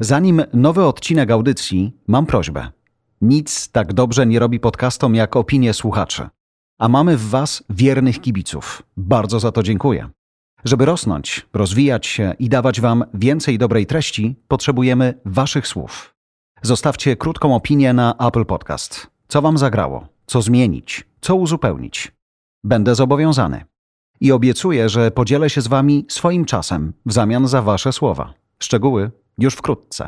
Zanim nowy odcinek audycji, mam prośbę. Nic tak dobrze nie robi podcastom jak opinie słuchaczy. A mamy w Was wiernych kibiców. Bardzo za to dziękuję. Żeby rosnąć, rozwijać się i dawać Wam więcej dobrej treści, potrzebujemy Waszych słów. Zostawcie krótką opinię na Apple Podcast. Co Wam zagrało? Co zmienić? Co uzupełnić? Będę zobowiązany. I obiecuję, że podzielę się z Wami swoim czasem w zamian za Wasze słowa. Szczegóły już wkrótce.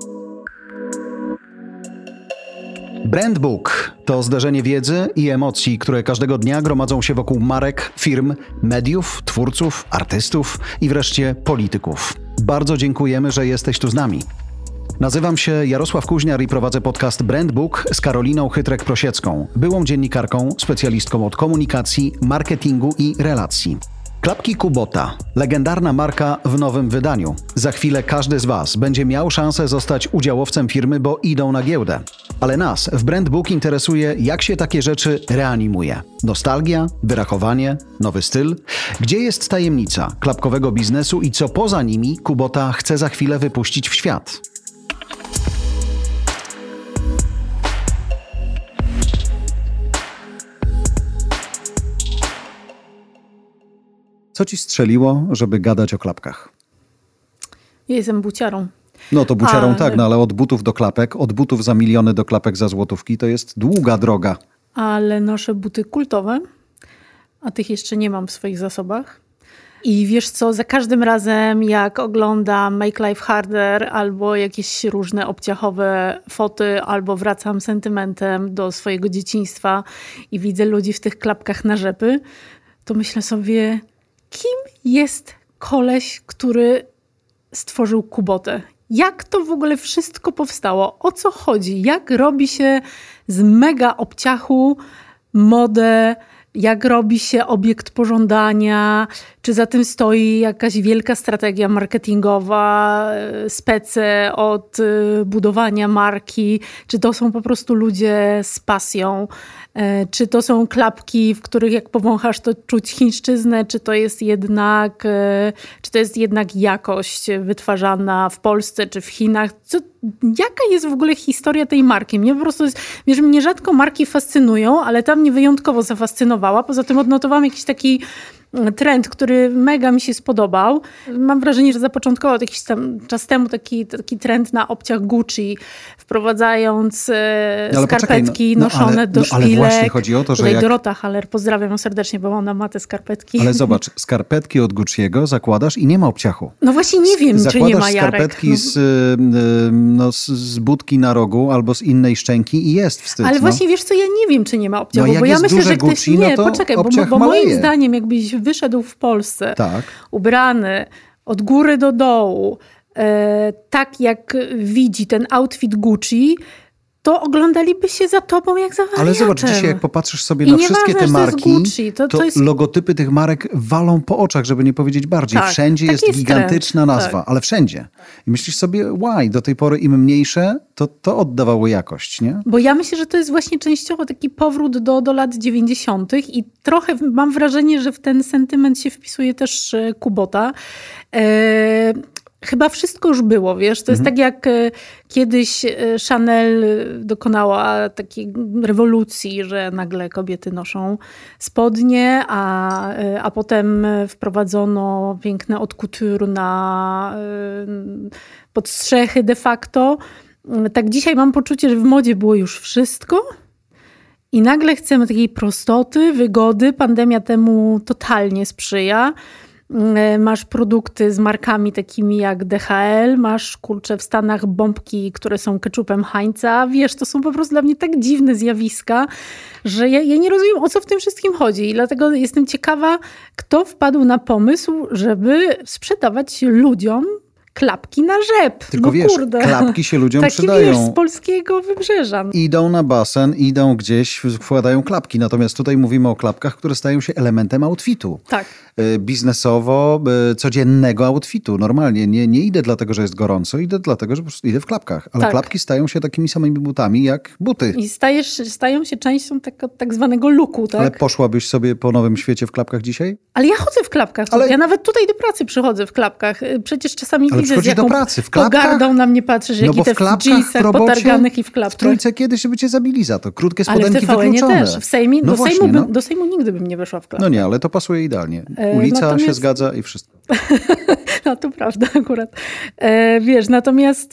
Brandbook to zderzenie wiedzy i emocji, które każdego dnia gromadzą się wokół marek, firm, mediów, twórców, artystów i wreszcie polityków. Bardzo dziękujemy, że jesteś tu z nami. Nazywam się Jarosław Kuźniar i prowadzę podcast Brandbook z Karoliną Chytrek-Prosiecką, byłą dziennikarką, specjalistką od komunikacji, marketingu i relacji. Klapki Kubota, legendarna marka w nowym wydaniu. Za chwilę każdy z Was będzie miał szansę zostać udziałowcem firmy, bo idą na giełdę. Ale nas w Brandbook interesuje, jak się takie rzeczy reanimuje. Nostalgia, wyrachowanie, nowy styl. Gdzie jest tajemnica klapkowego biznesu i co poza nimi Kubota chce za chwilę wypuścić w świat? Co ci strzeliło, żeby gadać o klapkach? Ja jestem buciarą. No to buciarą tak, ale od butów do klapek, od butów za miliony do klapek za złotówki to jest długa droga. Ale noszę buty kultowe, a tych jeszcze nie mam w swoich zasobach. I wiesz co, za każdym razem jak oglądam Make Life Harder albo jakieś różne obciachowe foty, albo wracam sentymentem do swojego dzieciństwa i widzę ludzi w tych klapkach na rzepy, to myślę sobie, kim jest koleś, który stworzył Kubotę? Jak to w ogóle wszystko powstało? O co chodzi? Jak robi się z mega obciachu modę? Jak robi się obiekt pożądania? Czy za tym stoi jakaś wielka strategia marketingowa, spece od budowania marki? Czy to są po prostu ludzie z pasją? Czy to są klapki, w których jak powąchasz, to czuć chińszczyznę? Czy to jest jednak jakość wytwarzana w Polsce czy w Chinach? Jaka jest w ogóle historia tej marki? Mnie po prostu mnie rzadko marki fascynują, ale ta mnie wyjątkowo zafascynowała. Poza tym odnotowałam jakiś taki trend, który mega mi się spodobał. Mam wrażenie, że zapoczątkował jakiś tam czas temu taki trend na obciach Gucci, wprowadzając skarpetki noszone do szpilek. Ale właśnie chodzi o to, że Dorota Haller, pozdrawiam ją serdecznie, bo ona ma te skarpetki. Ale zobacz, skarpetki od Gucci'ego zakładasz i nie ma obciachu. No właśnie nie wiem, czy nie ma, Jarek. Skarpetki z budki na rogu albo z innej szczęki i jest wstyd. Ale właśnie wiesz co, ja nie wiem, czy nie ma obciachu, bo ja myślę, że ktoś... Gucci, nie, poczekaj, bo moim zdaniem jakbyś wyszedł w Polsce, ubrany od góry do dołu, tak jak widzi ten outfit Gucci, to oglądaliby się za tobą jak za wariatem. Ale zobacz, dzisiaj jak popatrzysz sobie na wszystkie te marki, to logotypy tych marek walą po oczach, żeby nie powiedzieć bardziej. Tak, wszędzie jest gigantyczna nazwa, ale wszędzie. I myślisz sobie, do tej pory im mniejsze, to oddawało jakość, nie? Bo ja myślę, że to jest właśnie częściowo taki powrót do lat 90. i trochę mam wrażenie, że w ten sentyment się wpisuje też Kubota. Chyba wszystko już było, wiesz, to jest tak jak kiedyś Chanel dokonała takiej rewolucji, że nagle kobiety noszą spodnie, a potem wprowadzono piękne haute couture na podstrzechy de facto. Tak dzisiaj mam poczucie, że w modzie było już wszystko i nagle chcemy takiej prostoty, wygody. Pandemia temu totalnie sprzyja. Masz produkty z markami takimi jak DHL, masz w Stanach bombki, które są ketchupem Heinza. Wiesz, to są po prostu dla mnie tak dziwne zjawiska, że ja nie rozumiem, o co w tym wszystkim chodzi. I dlatego jestem ciekawa, kto wpadł na pomysł, żeby sprzedawać ludziom klapki na rzep. Tylko klapki się ludziom przydają. Z polskiego wybrzeża. Idą na basen, idą gdzieś, wkładają klapki. Natomiast tutaj mówimy o klapkach, które stają się elementem outfitu. Tak. Biznesowo, codziennego outfitu. Normalnie nie idę dlatego, że jest gorąco, idę dlatego, że po prostu idę w klapkach. Ale klapki stają się takimi samymi butami jak buty. I stają się częścią tak zwanego looku. Tak? Ale poszłabyś sobie po nowym świecie w klapkach dzisiaj? Ale ja chodzę w klapkach. Ja nawet tutaj do pracy przychodzę w klapkach. Przecież czasami widzę widzę, z jaką do pracy, w klapkach? pogardą na mnie patrzysz, jaki te w jeansach potarganych i w klapkach. W Trójce kiedyś by cię zabili za to. Krótkie spodenki ale w TVN-ie wykluczone. też. W Sejmie, no do Sejmu nigdy bym nie weszła w klapkach. No nie, ale to pasuje idealnie. Ulica się zgadza i wszystko. No to prawda akurat. Wiesz, natomiast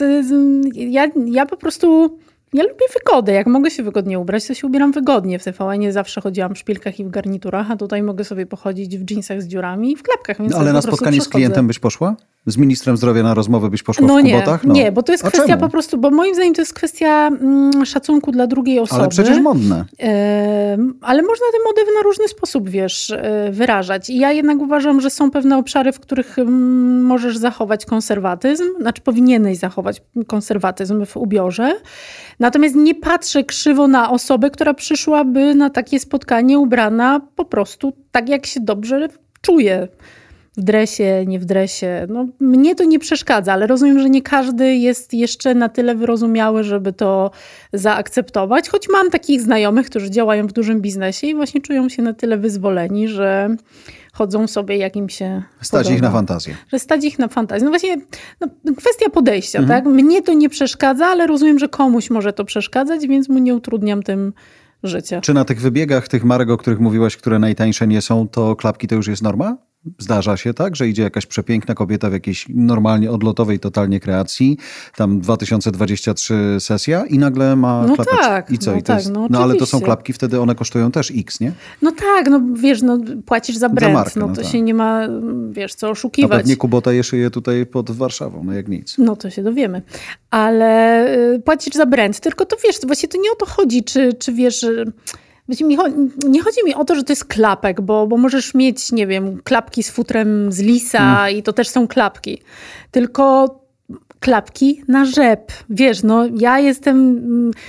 ja po prostu... Ja lubię wygodę. Jak mogę się wygodnie ubrać, to się ubieram wygodnie. W TVN-ie zawsze chodziłam w szpilkach i w garniturach, a tutaj mogę sobie pochodzić w dżinsach z dziurami i w klapkach. Więc ale na spotkanie z klientem byś poszła? Z ministrem zdrowia na rozmowę byś poszła w kubotach? Nie, bo to jest kwestia po prostu, bo moim zdaniem to jest kwestia szacunku dla drugiej osoby. Ale przecież modne. Ale można tę modę na różny sposób, wiesz, wyrażać. I ja jednak uważam, że są pewne obszary, w których możesz zachować konserwatyzm, znaczy powinieneś zachować konserwatyzm w ubiorze. Natomiast nie patrzę krzywo na osobę, która przyszłaby na takie spotkanie ubrana po prostu tak, jak się dobrze czuje. W dresie, nie w dresie. No, mnie to nie przeszkadza, ale rozumiem, że nie każdy jest jeszcze na tyle wyrozumiały, żeby to zaakceptować. Choć mam takich znajomych, którzy działają w dużym biznesie i właśnie czują się na tyle wyzwoleni, że chodzą sobie, jak im się Stać podoba. ich na fantazję. Że stać ich na fantazję. No właśnie, kwestia podejścia, tak? Mnie to nie przeszkadza, ale rozumiem, że komuś może to przeszkadzać, więc mu nie utrudniam tym życia. Czy na tych wybiegach tych marek, o których mówiłaś, które najtańsze nie są, to klapki to już jest norma? Zdarza się tak, że idzie jakaś przepiękna kobieta w jakiejś normalnie odlotowej totalnie kreacji, tam 2023 sesja i nagle ma klapeczkę. Tak, i co? no I to jest, tak, ale to są klapki, wtedy one kosztują też X, nie? No tak, no wiesz, no płacisz za brand, markę, no to tak. się nie ma, wiesz, co A oszukiwać. pewnie Kubota je szyje tutaj pod Warszawą, no jak nic. No to się dowiemy. Ale płacisz za brand, tylko to wiesz, właśnie to nie o to chodzi, czy wiesz... Nie chodzi mi o to, że to jest klapek, bo możesz mieć, nie wiem, klapki z futrem z lisa i to też są klapki. Tylko klapki na rzep. Wiesz, no ja jestem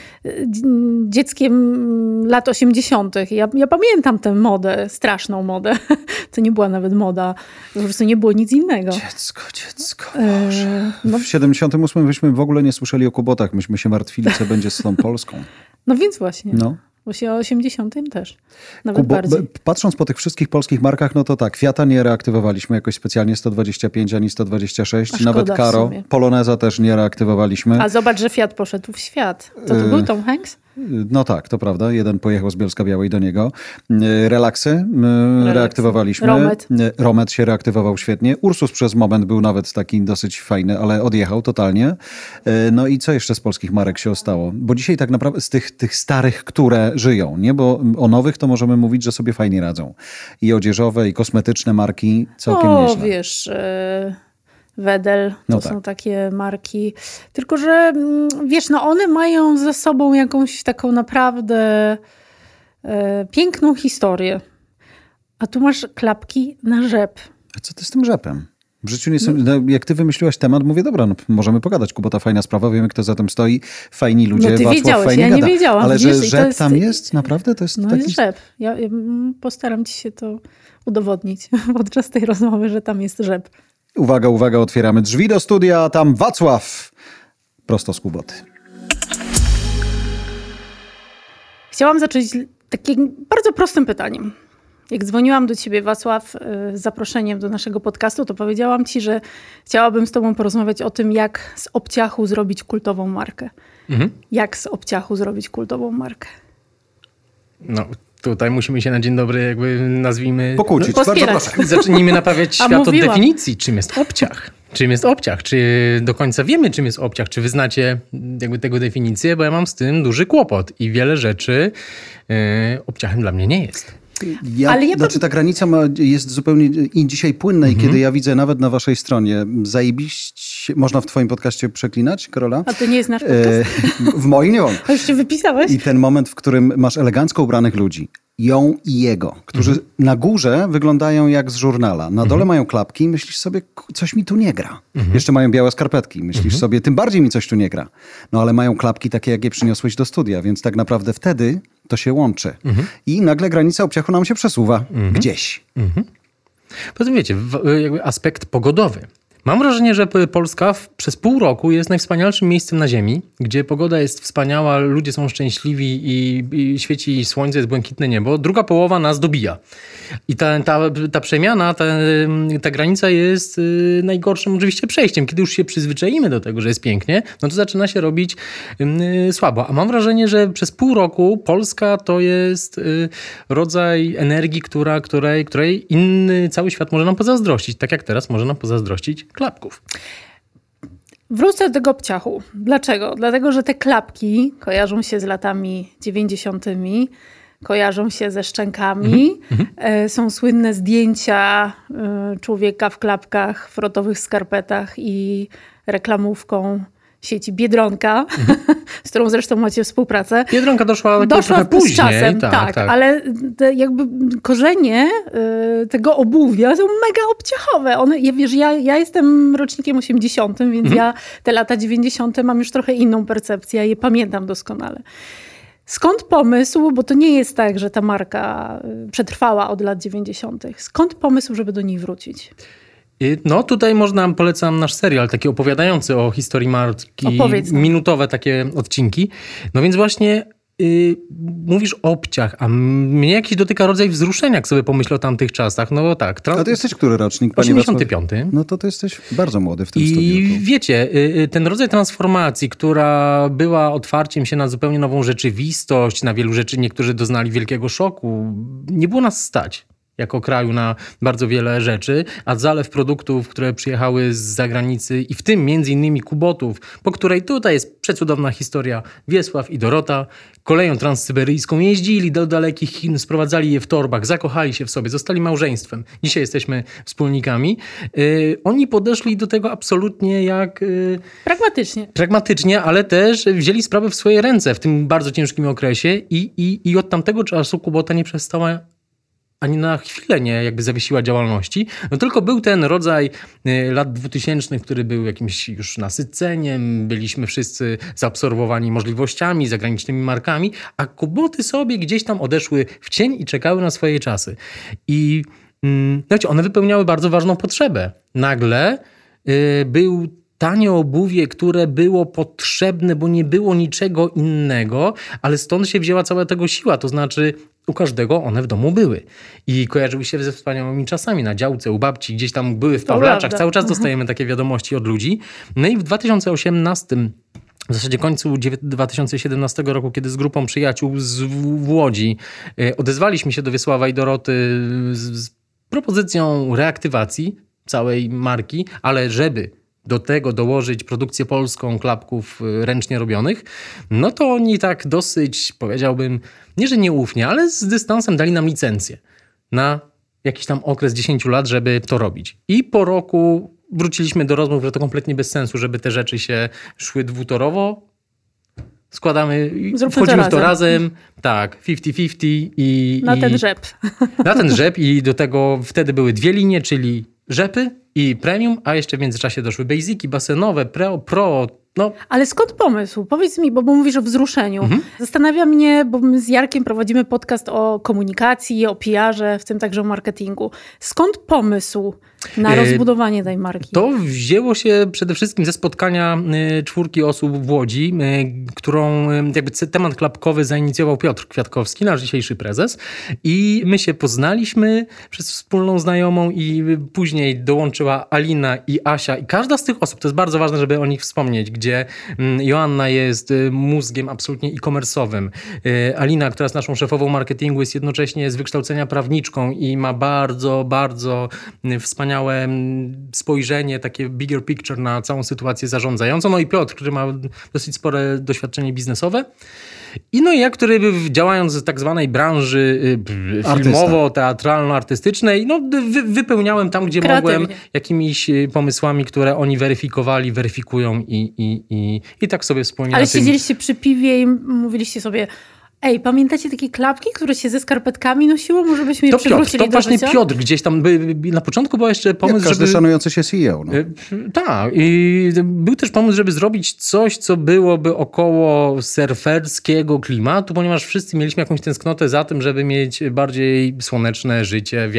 dzieckiem lat 80. Ja pamiętam tę modę, straszną modę. To nie była nawet moda, po prostu nie było nic innego. Dziecko, Boże. W 78 byśmy w ogóle nie słyszeli o Kubotach. Myśmy się martwili, co będzie z tą Polską. No więc właśnie. No. Bo się o 80 też. Nawet bardziej. Patrząc po tych wszystkich polskich markach, no to tak, Fiata nie reaktywowaliśmy jakoś specjalnie 125 ani 126. Nawet Karo, Poloneza też nie reaktywowaliśmy. A zobacz, że Fiat poszedł w świat. To był Tom Hanks? No tak, to prawda. Jeden pojechał z Bielska-Białej do niego. Relaksy reaktywowaliśmy. Romet się reaktywował świetnie. Ursus przez moment był nawet taki dosyć fajny, ale odjechał totalnie. No i co jeszcze z polskich marek się ostało? Bo dzisiaj tak naprawdę z tych starych, które żyją, nie? Bo o nowych to możemy mówić, że sobie fajnie radzą. I odzieżowe, i kosmetyczne marki całkiem nieźle. Wiesz... Wedel, to są takie marki. Tylko, że wiesz, no one mają ze sobą jakąś taką naprawdę piękną historię. A tu masz klapki na rzep. A co ty z tym rzepem? W życiu nie są, jak ty wymyśliłaś temat, mówię, dobra, no możemy pogadać, Kubota, fajna sprawa, wiemy, kto za tym stoi, fajni ludzie, no ty Wacław fajnie ja gada. nie wiedziałam. Ale wiesz, że rzep tam jest, naprawdę? To jest taki... jest rzep. Ja postaram ci się to udowodnić podczas tej rozmowy, że tam jest rzep. Uwaga, uwaga, otwieramy drzwi do studia, a tam Wacław, prosto z Kuboty. Chciałam zacząć takim bardzo prostym pytaniem. Jak dzwoniłam do ciebie, Wacław, z zaproszeniem do naszego podcastu, to powiedziałam ci, że chciałabym z tobą porozmawiać o tym, jak z obciachu zrobić kultową markę. Jak z obciachu zrobić kultową markę? No, tutaj musimy się na dzień dobry jakby nazwijmy... Pokłócić, bardzo proszę. Zacznijmy naprawiać świat od definicji. Czym jest obciach? Czym jest obciach? Czy do końca wiemy, czym jest obciach? Czy wy znacie jakby tego definicję? Bo ja mam z tym duży kłopot i wiele rzeczy obciachem dla mnie nie jest. Znaczy ta granica jest zupełnie dzisiaj płynna i kiedy ja widzę nawet na waszej stronie zajebiście, można w twoim podcaście przeklinać, Karola? A to nie jest nasz podcast? W moim nie wolno. A już się wypisałeś? I ten moment, w którym masz elegancko ubranych ludzi, ją i jego, którzy na górze wyglądają jak z żurnala, na dole mają klapki i myślisz sobie, coś mi tu nie gra. Jeszcze mają białe skarpetki, myślisz sobie, tym bardziej mi coś tu nie gra. No ale mają klapki takie, jak je przyniosłeś do studia, więc tak naprawdę wtedy to się łączy. I nagle granica obciachu nam się przesuwa gdzieś. Potem wiecie, jakby aspekt pogodowy. Mam wrażenie, że Polska przez pół roku jest najwspanialszym miejscem na ziemi, gdzie pogoda jest wspaniała, ludzie są szczęśliwi i świeci słońce, jest błękitne niebo. Druga połowa nas dobija. I ta przemiana, ta granica jest najgorszym oczywiście przejściem. Kiedy już się przyzwyczaimy do tego, że jest pięknie, no to zaczyna się robić słabo. A mam wrażenie, że przez pół roku Polska to jest rodzaj energii, której inny cały świat może nam pozazdrościć. Tak jak teraz może nam pozazdrościć klapków. Wrócę do tego obciachu. Dlaczego? Dlatego, że te klapki kojarzą się z latami 90., kojarzą się ze szczękami. Są słynne zdjęcia człowieka w klapkach, w rotowych skarpetach i reklamówką sieci Biedronka, z którą zresztą macie współpracę. Biedronka doszła trochę później. Z czasem, tak. Ale jakby korzenie tego obuwia są mega obciachowe. Ja jestem rocznikiem 80., więc ja te lata 90. mam już trochę inną percepcję, ja je pamiętam doskonale. Skąd pomysł, bo to nie jest tak, że ta marka przetrwała od lat 90. Skąd pomysł, żeby do niej wrócić? No tutaj polecam nasz serial, taki opowiadający o historii marki, minutowe takie odcinki. No więc właśnie mówisz o obciach, a mnie jakiś dotyka rodzaj wzruszenia, jak sobie pomyślę o tamtych czasach. No tak. A ty jesteś który rocznik? 85. No to ty jesteś bardzo młody w tym studiu. I wiecie, ten rodzaj transformacji, która była otwarciem się na zupełnie nową rzeczywistość, na wielu rzeczy niektórzy doznali wielkiego szoku, nie było nas stać jako kraju na bardzo wiele rzeczy, a zalew produktów, które przyjechały z zagranicy i w tym między innymi Kubotów, po której tutaj jest przecudowna historia Wiesław i Dorota, koleją transsyberyjską jeździli do dalekich Chin, sprowadzali je w torbach, zakochali się w sobie, zostali małżeństwem. Dzisiaj jesteśmy wspólnikami. Oni podeszli do tego absolutnie jak... Pragmatycznie, ale też wzięli sprawę w swoje ręce w tym bardzo ciężkim okresie i od tamtego czasu Kubota nie przestała ani na chwilę nie jakby zawiesiła działalności, no tylko był ten rodzaj lat 2000, który był jakimś już nasyceniem, byliśmy wszyscy zaabsorbowani możliwościami, zagranicznymi markami, a Kuboty sobie gdzieś tam odeszły w cień i czekały na swoje czasy. I wiecie, one wypełniały bardzo ważną potrzebę. Nagle był tanie obuwie, które było potrzebne, bo nie było niczego innego, ale stąd się wzięła cała tego siła, to znaczy u każdego one w domu były. I kojarzyły się ze wspaniałymi czasami na działce, u babci, gdzieś tam były w Pawlaczach. Cały czas dostajemy takie wiadomości od ludzi. No i w 2018, w zasadzie końcu 2017 roku, kiedy z grupą przyjaciół z Łodzi odezwaliśmy się do Wiesława i Doroty z propozycją reaktywacji całej marki, ale żeby do tego dołożyć produkcję polską klapków ręcznie robionych, no to oni tak dosyć, powiedziałbym, nie że nieufnie, ale z dystansem dali nam licencję na jakiś tam okres 10 lat, żeby to robić. I po roku wróciliśmy do rozmów, że to kompletnie bez sensu, żeby te rzeczy się szły dwutorowo. Składamy, wchodzimy w to razem. Tak, 50-50 na ten rzep. Na ten rzep i do tego wtedy były dwie linie, czyli rzepy i premium, a jeszcze w międzyczasie doszły basiki, basenowe, pro. No. Ale skąd pomysł? Powiedz mi, bo mówisz o wzruszeniu. Zastanawia mnie, bo my z Jarkiem prowadzimy podcast o komunikacji, o PR-ze, w tym także o marketingu. Skąd pomysł na rozbudowanie tej marki? To wzięło się przede wszystkim ze spotkania 4 osób w Łodzi, którą jakby temat klapkowy zainicjował Piotr Kwiatkowski, nasz dzisiejszy prezes. I my się poznaliśmy przez wspólną znajomą i później dołączyła Alina i Asia. I każda z tych osób, to jest bardzo ważne, żeby o nich wspomnieć, gdzie Joanna jest mózgiem absolutnie e-commerce'owym. Alina, która jest naszą szefową marketingu, jest jednocześnie z wykształcenia prawniczką i ma bardzo, bardzo wspaniałe spojrzenie, takie bigger picture na całą sytuację zarządzającą. No i Piotr, który ma dosyć spore doświadczenie biznesowe. I no i ja, który działając w tak zwanej branży filmowo-teatralno-artystycznej, no wypełniałem tam, gdzie mogłem, jakimiś pomysłami, które oni weryfikowali, weryfikują i tak sobie wspólnie. Ale siedzieliście przy piwie i mówiliście sobie, Ej, pamiętacie takie klapki, które się ze skarpetkami nosiło? Może byśmy je przywrócili to właśnie życia? Piotr gdzieś tam, na początku był jeszcze pomysł, jak każdy szanujący się CEO. No. Tak, i był też pomysł, żeby zrobić coś, co byłoby około surferskiego klimatu, ponieważ wszyscy mieliśmy jakąś tęsknotę za tym, żeby mieć bardziej słoneczne życie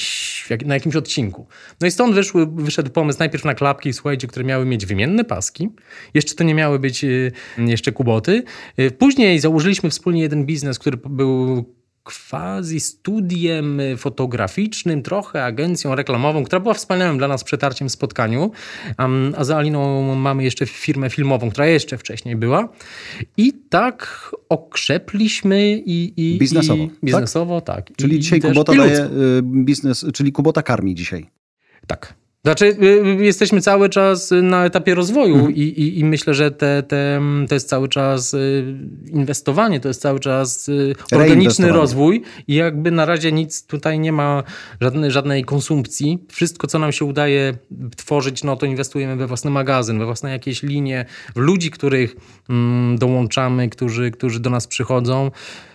na jakimś odcinku. No i stąd wyszedł pomysł najpierw na klapki, słuchajcie, które miały mieć wymienne paski. Jeszcze to nie miały być jeszcze kuboty. Później założyliśmy wspólnie jeden biznes, który był quasi studiem fotograficznym, trochę agencją reklamową, która była wspaniałym dla nas przetarciem w spotkaniu. A za Aliną mamy jeszcze firmę filmową, która jeszcze wcześniej była. I tak okrzepliśmy i biznesowo, tak. Czyli dzisiaj Kubota daje biznes, czyli Kubota karmi dzisiaj. Tak. Znaczy, jesteśmy cały czas na etapie rozwoju i myślę, że to jest cały czas inwestowanie, to jest cały czas organiczny rozwój i jakby na razie nic tutaj nie ma, żadnej konsumpcji. Wszystko, co nam się udaje tworzyć, no to inwestujemy we własny magazyn, we własne jakieś linie, w ludzi, których dołączamy, którzy do nas przychodzą.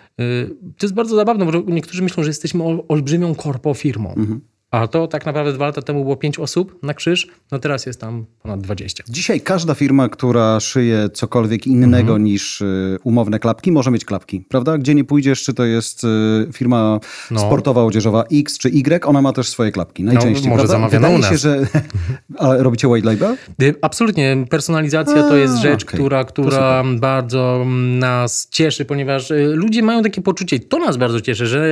To jest bardzo zabawne, bo niektórzy myślą, że jesteśmy olbrzymią korpo firmą. A to tak naprawdę 2 lata temu było 5 osób na krzyż, no teraz jest tam ponad 20. Dzisiaj każda firma, która szyje cokolwiek innego niż umowne klapki, może mieć klapki, prawda? Gdzie nie pójdziesz, czy to jest firma sportowa, odzieżowa X czy Y, ona ma też swoje klapki, najczęściej, może prawda? Wydaje się, że... Ale robicie white label? Absolutnie. Personalizacja to jest rzecz, która bardzo nas cieszy, ponieważ ludzie mają takie poczucie, to nas bardzo cieszy, że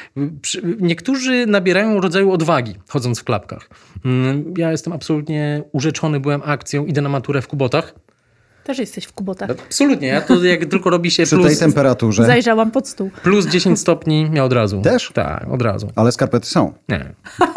niektórzy nabierają rodzaju odwagi, chodząc w klapkach. Ja jestem absolutnie urzeczony, byłem akcją, idę na maturę w Kubotach. Też jesteś w Kubotach. Absolutnie. Ja to jak tylko robi się przy tej temperaturze. Zajrzałam pod stół. Plus 10 stopni ja od razu. Też? Tak, od razu. Ale skarpety są. Nie.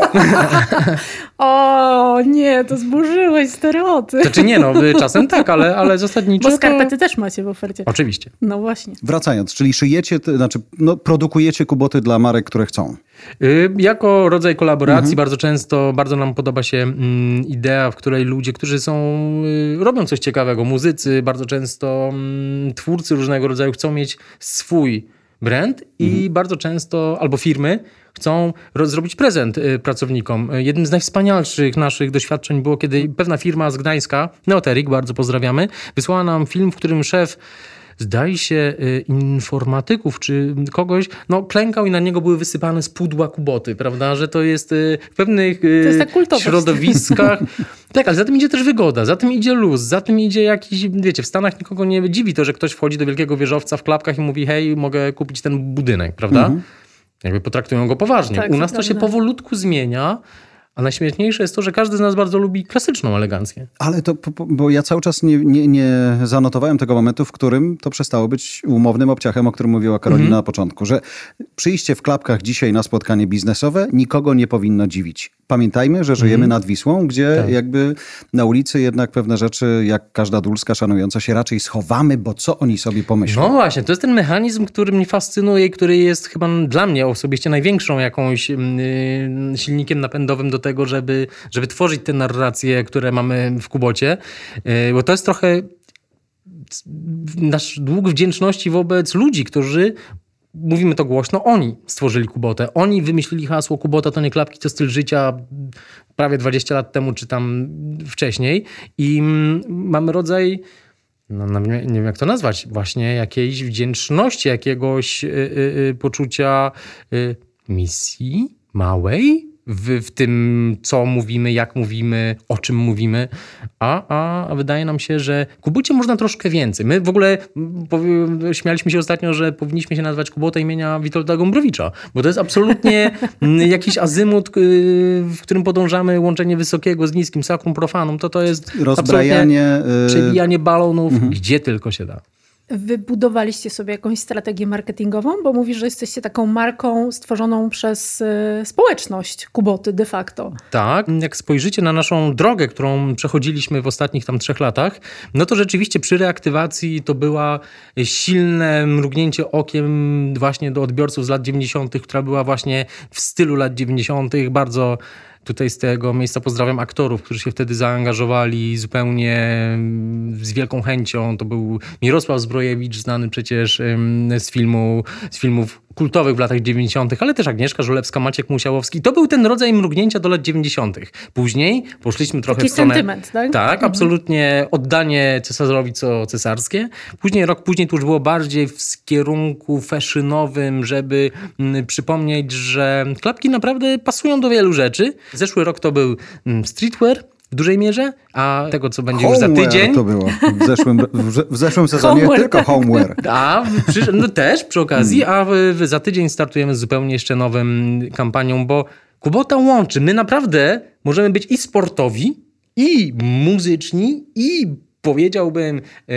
O nie, to zburzyłeś stereotyp. Znaczy nie, czasem tak, ale zasadniczo bo skarpety też macie w ofercie. Oczywiście. No właśnie. Wracając, czyli szyjecie, produkujecie kuboty dla marek, które chcą. Jako rodzaj kolaboracji bardzo nam podoba się idea, w której ludzie, którzy robią coś ciekawego, muzycy, bardzo często twórcy różnego rodzaju chcą mieć swój brand i bardzo często, albo firmy, chcą zrobić prezent pracownikom. Jednym z najwspanialszych naszych doświadczeń było, kiedy pewna firma z Gdańska, Neoterik, bardzo pozdrawiamy, wysłała nam film, w którym szef, zdaje się, informatyków czy kogoś, klękał i na niego były wysypane z pudła kuboty, prawda? Że to jest w pewnych środowiskach. Tak, ale za tym idzie też wygoda, za tym idzie luz, za tym idzie jakiś, wiecie, w Stanach nikogo nie dziwi to, że ktoś wchodzi do wielkiego wieżowca w klapkach i mówi, hej, mogę kupić ten budynek, prawda? Jakby potraktują go poważnie. Tak, u nas to się powolutku zmienia. A najśmieszniejsze jest to, że każdy z nas bardzo lubi klasyczną elegancję. Ale to, bo ja cały czas nie zanotowałem tego momentu, w którym to przestało być umownym obciachem, o którym mówiła Karolina na początku, że przyjście w klapkach dzisiaj na spotkanie biznesowe nikogo nie powinno dziwić. Pamiętajmy, że żyjemy nad Wisłą, gdzie jakby na ulicy jednak pewne rzeczy, jak każda dulska szanująca się, raczej schowamy, bo co oni sobie pomyślą. No właśnie, to jest ten mechanizm, który mnie fascynuje i który jest chyba dla mnie osobiście największą jakąś silnikiem napędowym do tego, żeby tworzyć te narracje, które mamy w Kubocie. Bo to jest trochę nasz dług wdzięczności wobec ludzi, którzy, mówimy to głośno, oni stworzyli Kubotę. Oni wymyślili hasło Kubota to nie klapki, to styl życia prawie 20 lat temu, czy tam wcześniej. I mamy rodzaj, nie wiem jak to nazwać, właśnie jakiejś wdzięczności, jakiegoś poczucia misji małej, w tym, co mówimy, jak mówimy, o czym mówimy, a wydaje nam się, że Kubocie można troszkę więcej. My w ogóle śmialiśmy się ostatnio, że powinniśmy się nazwać Kubota imienia Witolda Gombrowicza, bo to jest absolutnie jakiś azymut, w którym podążamy łączenie wysokiego z niskim, sacrum profanum. To jest rozbrajanie, przebijanie balonów, gdzie tylko się da. Wybudowaliście sobie jakąś strategię marketingową? Bo mówisz, że jesteście taką marką stworzoną przez społeczność Kuboty de facto. Tak. Jak spojrzycie na naszą drogę, którą przechodziliśmy w ostatnich 3 latach, no to rzeczywiście przy reaktywacji to była silne mrugnięcie okiem właśnie do odbiorców z lat 90., która była właśnie w stylu lat 90., bardzo Tutaj z tego miejsca pozdrawiam aktorów, którzy się wtedy zaangażowali zupełnie z wielką chęcią. To był Mirosław Zbrojewicz, znany przecież z filmów kultowych w latach 90., ale też Agnieszka Żulewska, Maciek Musiałowski. To był ten rodzaj mrugnięcia do lat 90. Później poszliśmy trochę taki w stronę... sentyment, tak? Tak, absolutnie oddanie cesarzowi co cesarskie. Później, rok później to już było bardziej w kierunku fashionowym, żeby przypomnieć, że klapki naprawdę pasują do wielu rzeczy. Zeszły rok to był streetwear w dużej mierze, a tego, co będzie homeware już za tydzień... to było. W zeszłym sezonie homeware, tylko homeware. A też przy okazji, za tydzień startujemy z zupełnie jeszcze nową kampanią, bo Kubota łączy. My naprawdę możemy być i sportowi, i muzyczni, i powiedziałbym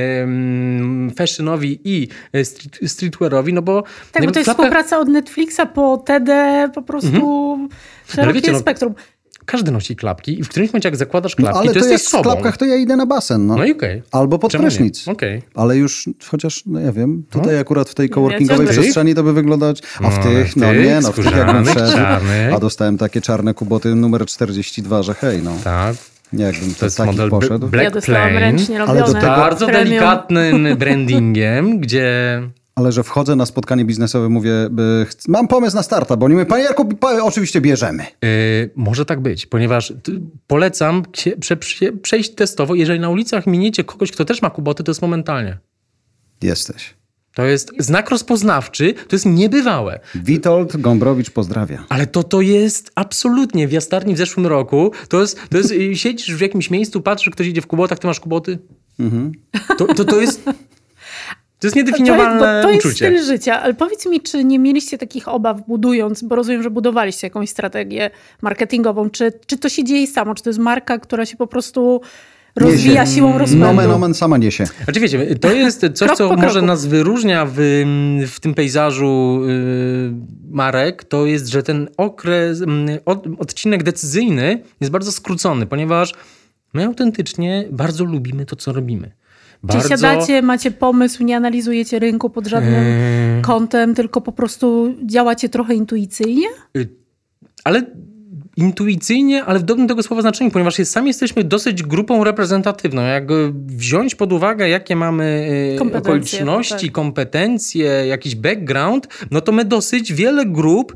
fashionowi i streetwearowi, no bo... Tak, bo to jest współpraca od Netflixa po TD, po prostu szerokie spektrum. Każdy nosi klapki i w którymś momencie jak zakładasz klapki, ale to jesteś sobą. W klapkach to ja idę na basen. No i okej. Albo pod prysznic. Okay. Ale już, chociaż, no ja wiem, tutaj akurat w tej coworkingowej przestrzeni to by wyglądać, a w tych, w tych jak bym wszedł, a dostałem takie czarne kuboty numer 42, że hej, no. Tak. Jakbym to jest taki model poszedł. Ja dostałam ręcznie robione. Ale do tego bardzo delikatnym brandingiem, gdzie... Ale że wchodzę na spotkanie biznesowe, mówię, mam pomysł na startup, bo oni mówią, panie Jarku, oczywiście bierzemy. Może tak być, ponieważ polecam przejść testowo. Jeżeli na ulicach miniecie kogoś, kto też ma kuboty, to jest momentalnie. Jesteś. To jest znak rozpoznawczy, to jest niebywałe. Witold Gombrowicz pozdrawia. Ale to jest absolutnie w Jastarni w zeszłym roku. To jest siedzisz w jakimś miejscu, patrzysz, ktoś idzie w kubotach, ty masz kuboty. Mhm. To jest... To jest niedefiniowalne to jest uczucie. styl życia, ale powiedz mi, czy nie mieliście takich obaw budując, bo rozumiem, że budowaliście jakąś strategię marketingową, czy to się dzieje samo, czy to jest marka, która się po prostu rozwija siłą rozpędu? Nomen omen sama niesie. Znaczy wiecie, to jest coś, co może nas wyróżnia w tym pejzażu marek, to jest, że ten odcinek decyzyjny jest bardzo skrócony, ponieważ my autentycznie bardzo lubimy to, co robimy. Czy siadacie, macie pomysł, nie analizujecie rynku pod żadnym kątem, tylko po prostu działacie trochę intuicyjnie? Ale intuicyjnie, ale w dobrym tego słowa znaczeniu, ponieważ sami jesteśmy dosyć grupą reprezentatywną. Jak wziąć pod uwagę, jakie mamy okoliczności, kompetencje, jakiś background, no to my dosyć wiele grup,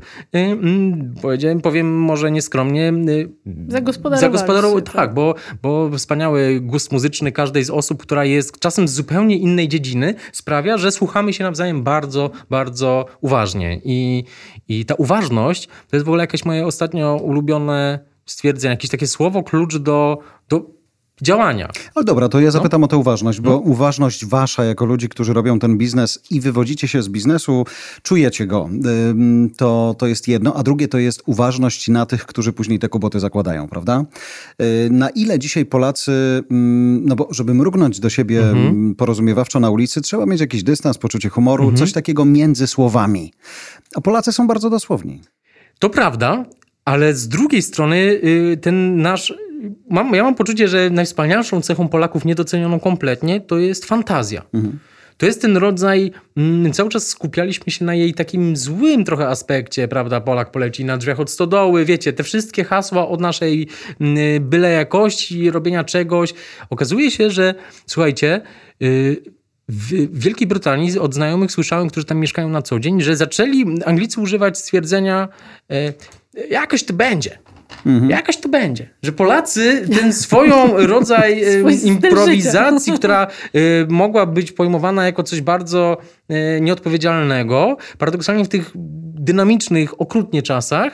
powiem może nieskromnie, zagospodarowało. Tak, bo wspaniały gust muzyczny każdej z osób, która jest czasem z zupełnie innej dziedziny, sprawia, że słuchamy się nawzajem bardzo, bardzo uważnie. I ta uważność to jest w ogóle jakieś moje ostatnio ulubione stwierdzenie, jakieś takie słowo klucz do działania. Ale dobra, to ja zapytam o tę uważność, bo uważność wasza jako ludzi, którzy robią ten biznes i wywodzicie się z biznesu, czujecie go. To jest jedno, a drugie to jest uważność na tych, którzy później te kuboty zakładają, prawda? Na ile dzisiaj Polacy, no bo żeby mrugnąć do siebie porozumiewawczo na ulicy, trzeba mieć jakiś dystans, poczucie humoru, coś takiego między słowami. A Polacy są bardzo dosłowni. To prawda, ale z drugiej strony ten nasz... Ja mam poczucie, że najwspanialszą cechą Polaków niedocenioną kompletnie to jest fantazja. To jest ten rodzaj... Cały czas skupialiśmy się na jej takim złym trochę aspekcie, prawda? Polak poleci na drzwiach od stodoły, wiecie, te wszystkie hasła od naszej byle jakości, robienia czegoś. Okazuje się, że słuchajcie... W Wielkiej Brytanii od znajomych słyszałem, którzy tam mieszkają na co dzień, że zaczęli Anglicy używać stwierdzenia jakoś to będzie. Jakoś to będzie. Że Polacy ten swoją rodzaj improwizacji, która mogła być pojmowana jako coś bardzo nieodpowiedzialnego, paradoksalnie w tych dynamicznych, okrutnie czasach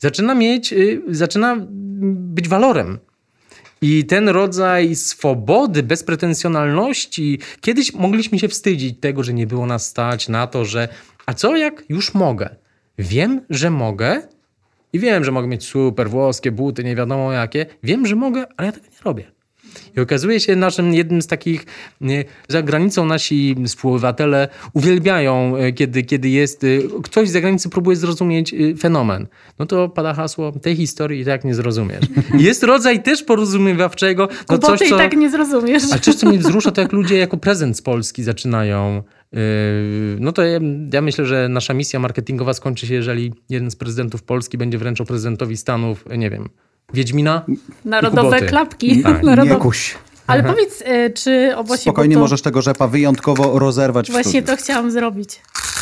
zaczyna być walorem. I ten rodzaj swobody, bezpretensjonalności, kiedyś mogliśmy się wstydzić tego, że nie było nas stać na to, że a co jak już mogę? Wiem, że mogę i wiem, że mogę mieć super włoskie buty, nie wiadomo jakie. Wiem, że mogę, ale ja tego nie robię. I okazuje się, jednym z takich, za granicą nasi współobywatele uwielbiają, kiedy jest, ktoś z zagranicy próbuje zrozumieć fenomen. No to pada hasło, tej historii i tak nie zrozumiesz. I jest rodzaj też porozumiewawczego. No coś, co... i tak nie zrozumiesz. A coś, co mnie wzrusza, to jak ludzie jako prezent z Polski zaczynają. No to ja myślę, że nasza misja marketingowa skończy się, jeżeli jeden z prezydentów Polski będzie wręczał prezydentowi Stanów, nie wiem, Wiedźmina Narodowe i klapki. Tak. Nie kuś. Ale powiedz, czy... Właśnie, spokojnie możesz tego rzepa wyjątkowo rozerwać w Właśnie studiu. to chciałam zrobić.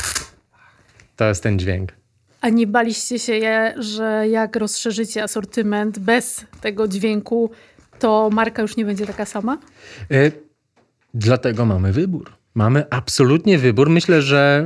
To jest ten dźwięk. A nie baliście się, że jak rozszerzycie asortyment bez tego dźwięku, to marka już nie będzie taka sama? Dlatego mamy wybór. Mamy absolutnie wybór. Myślę, że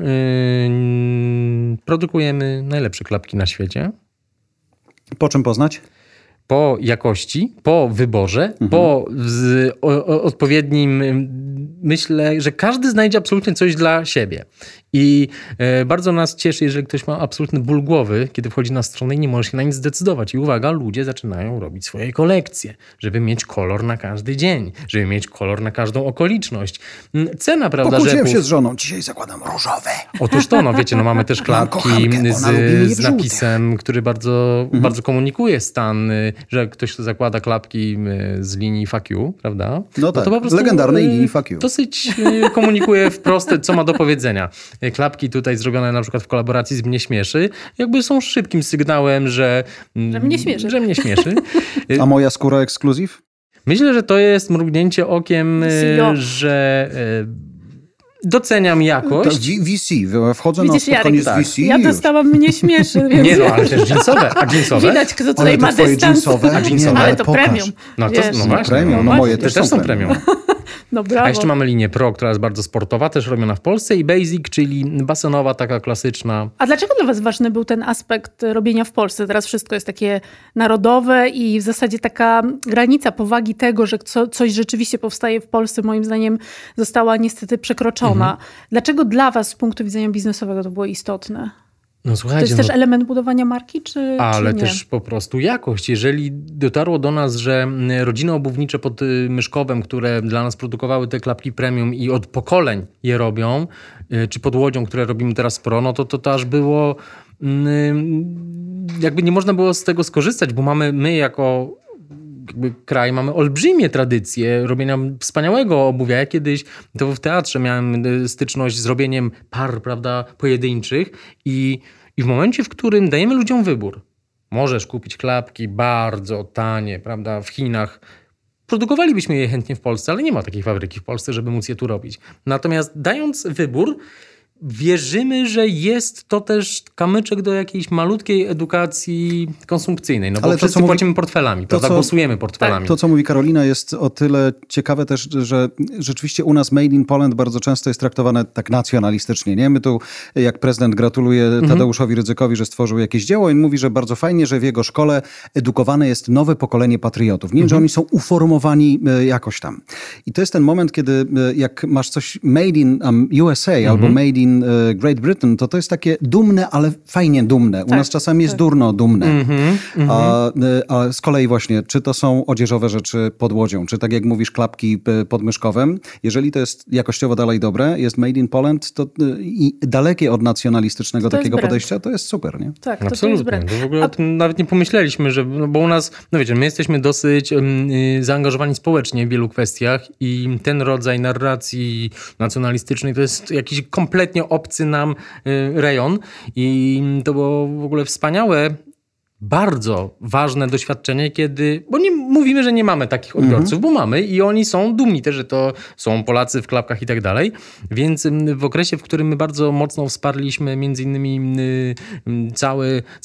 produkujemy najlepsze klapki na świecie. Po czym poznać? Po jakości, po wyborze, po odpowiednim... Myślę, że każdy znajdzie absolutnie coś dla siebie. I bardzo nas cieszy, jeżeli ktoś ma absolutny ból głowy, kiedy wchodzi na stronę i nie może się na nic zdecydować. I uwaga, ludzie zaczynają robić swoje kolekcje, żeby mieć kolor na każdy dzień, żeby mieć kolor na każdą okoliczność. Cena, prawda, Pokłóciłem się z żoną, dzisiaj zakładam różowe. Otóż to, wiecie, mamy też klapki z napisem, który bardzo komunikuje stan, że ktoś zakłada klapki z linii Fuck You, prawda? No tak, to po prostu, legendarnej linii Fuck You. Dosyć komunikuje wprost, co ma do powiedzenia. Klapki tutaj zrobione na przykład w kolaboracji z Mnie Śmieszy, jakby są szybkim sygnałem, że mnie śmieszy. Że mnie śmieszy. A moja skóra ekskluzyw? Myślę, że to jest mrugnięcie okiem, że doceniam jakość. To VC, wchodzę na spotkanie z VC. Ja dostałam Mnie Śmieszy. Więc... Nie ale też jeansowe. A jeansowe? Widać, kto tutaj ma dystans. A jeansowe? Ale to premium. Właśnie. Premium, moje też są premium. No brawo. A jeszcze mamy linię Pro, która jest bardzo sportowa, też robiona w Polsce, i Basic, czyli basenowa, taka klasyczna. A dlaczego dla was ważny był ten aspekt robienia w Polsce? Teraz wszystko jest takie narodowe i w zasadzie taka granica powagi tego, że coś rzeczywiście powstaje w Polsce, moim zdaniem została niestety przekroczona. Dlaczego dla was z punktu widzenia biznesowego to było istotne? No słuchajcie, to jest też element budowania marki, czy ale nie? też po prostu jakość. Jeżeli dotarło do nas, że rodziny obuwnicze pod Myszkowem, które dla nas produkowały te klapki premium i od pokoleń je robią, czy pod Łodzią, które robimy teraz Pro, to aż było... Jakby nie można było z tego skorzystać, bo my jako kraj mamy olbrzymie tradycje robienia wspaniałego obuwia. Ja kiedyś to w teatrze miałem styczność z robieniem par, prawda, pojedynczych i w momencie, w którym dajemy ludziom wybór, możesz kupić klapki bardzo tanie, prawda, w Chinach. Produkowalibyśmy je chętnie w Polsce, ale nie ma takiej fabryki w Polsce, żeby móc je tu robić. Natomiast dając wybór, wierzymy, że jest to też kamyczek do jakiejś malutkiej edukacji konsumpcyjnej. No bo ale wszyscy płacimy portfelami, prawda? Głosujemy portfelami. To, co mówi Karolina, jest o tyle ciekawe też, że rzeczywiście u nas Made in Poland bardzo często jest traktowane tak nacjonalistycznie. Nie? My tu, jak prezydent gratuluje Tadeuszowi Rydzykowi, że stworzył jakieś dzieło i mówi, że bardzo fajnie, że w jego szkole edukowane jest nowe pokolenie patriotów. Nie, że oni są uformowani jakoś tam. I to jest ten moment, kiedy jak masz coś Made in USA albo Made in Great Britain, to jest takie dumne, ale fajnie dumne. U nas czasami jest durno dumne. A z kolei właśnie, czy to są odzieżowe rzeczy pod Łodzią, czy tak jak mówisz, klapki pod Myszkowem, jeżeli to jest jakościowo dalej dobre, jest Made in Poland, to i dalekie od nacjonalistycznego takiego podejścia, to jest super, nie? Tak, absolutnie. To w ogóle o tym nawet nie pomyśleliśmy, że, bo u nas, no wiecie, my jesteśmy dosyć zaangażowani społecznie w wielu kwestiach i ten rodzaj narracji nacjonalistycznej to jest jakiś kompletnie obcy nam rejon i to było w ogóle wspaniałe, bardzo ważne doświadczenie, bo nie mówimy, że nie mamy takich odbiorców, bo mamy i oni są dumni też, że to są Polacy w klapkach i tak dalej, więc w okresie, w którym my bardzo mocno wsparliśmy między innymi całą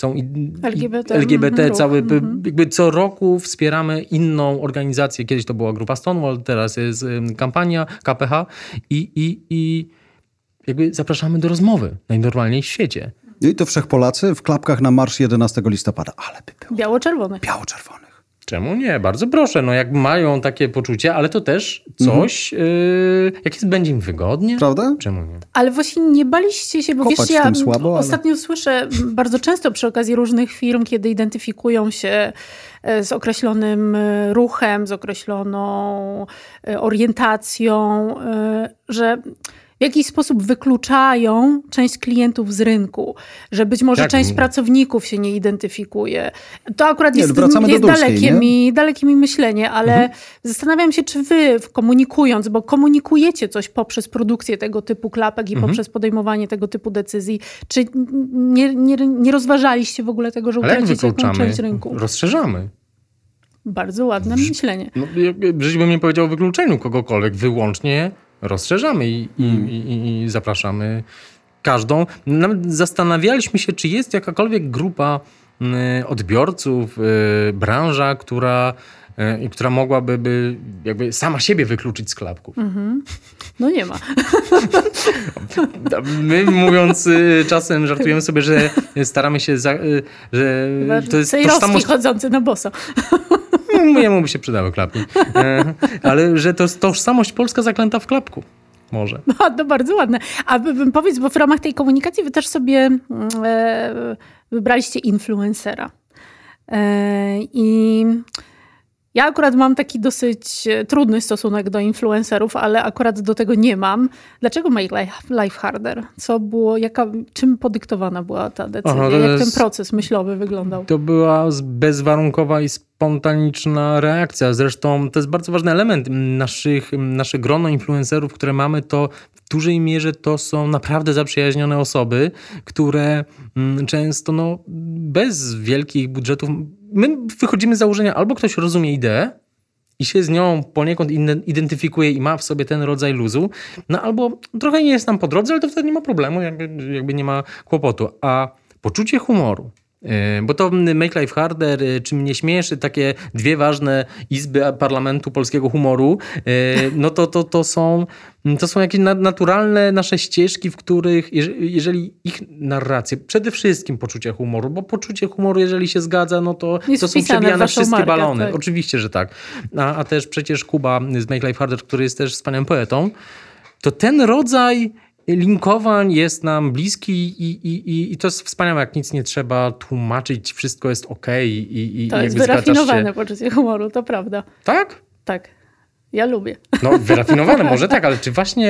LGBT, jakby co roku wspieramy inną organizację, kiedyś to była grupa Stonewall, teraz jest kampania KPH i jakby zapraszamy do rozmowy najnormalniej w świecie. I to Wszechpolacy w klapkach na marsz 11 listopada. Ale by było. Biało-czerwonych. Czemu nie? Bardzo proszę. No jak mają takie poczucie, ale to też coś, jak będzie im wygodnie. Prawda? Czemu nie? Ale właśnie nie baliście się, bo kopać wiesz, ja słabo, ostatnio słyszę bardzo często przy okazji różnych firm, kiedy identyfikują się z określonym ruchem, z określoną orientacją, że w jakiś sposób wykluczają część klientów z rynku, że być może część pracowników się nie identyfikuje. To akurat jest dalekie mi myślenie, ale zastanawiam się, czy wy komunikując, bo komunikujecie coś poprzez produkcję tego typu klapek i poprzez podejmowanie tego typu decyzji, czy nie rozważaliście w ogóle tego, że utracicie jakąś część rynku? Rozszerzamy. Bardzo ładne myślenie. No, w życiu bym nie powiedział o wykluczeniu kogokolwiek, wyłącznie rozszerzamy i zapraszamy każdą. Nawet zastanawialiśmy się, czy jest jakakolwiek grupa odbiorców, branża, która mogłaby jakby sama siebie wykluczyć z klapków. No nie ma. My mówiąc czasem żartujemy sobie, że staramy się, że to jest tożsamość chodzący na boso. Jemu by się przydały klapki. Ale że to jest tożsamość polska zaklęta w klapku. Może. No, to bardzo ładne. A powiedz, bo w ramach tej komunikacji wy też sobie wybraliście influencera. I ja akurat mam taki dosyć trudny stosunek do influencerów, ale akurat do tego nie mam. Dlaczego Make Life Harder? Co było, czym podyktowana była ta decyzja? Jak ten proces myślowy wyglądał? To była bezwarunkowa i spontaniczna reakcja. Zresztą to jest bardzo ważny element. Nasze grono influencerów, które mamy, to w dużej mierze to są naprawdę zaprzyjaźnione osoby, które często bez wielkich budżetów. My wychodzimy z założenia, albo ktoś rozumie ideę i się z nią poniekąd identyfikuje i ma w sobie ten rodzaj luzu, albo trochę nie jest nam po drodze, ale to wtedy nie ma problemu, jakby nie ma kłopotu. A poczucie humoru, bo to Make Life Harder, czy mnie śmieszy, takie dwie ważne izby parlamentu polskiego humoru, to są jakieś naturalne nasze ścieżki, w których jeżeli ich narracje, przede wszystkim poczucie humoru, bo poczucie humoru, jeżeli się zgadza, to są przebijane wszystkie balony. Tak. Oczywiście, że tak. A też przecież Kuba z Make Life Harder, który jest też wspaniałym poetą, to ten rodzaj linkowań jest nam bliski i to jest wspaniałe, jak nic nie trzeba tłumaczyć, wszystko jest okej. To jest wyrafinowane poczucie humoru, to prawda. Tak? Tak. Ja lubię. No, wyrafinowane może tak, ale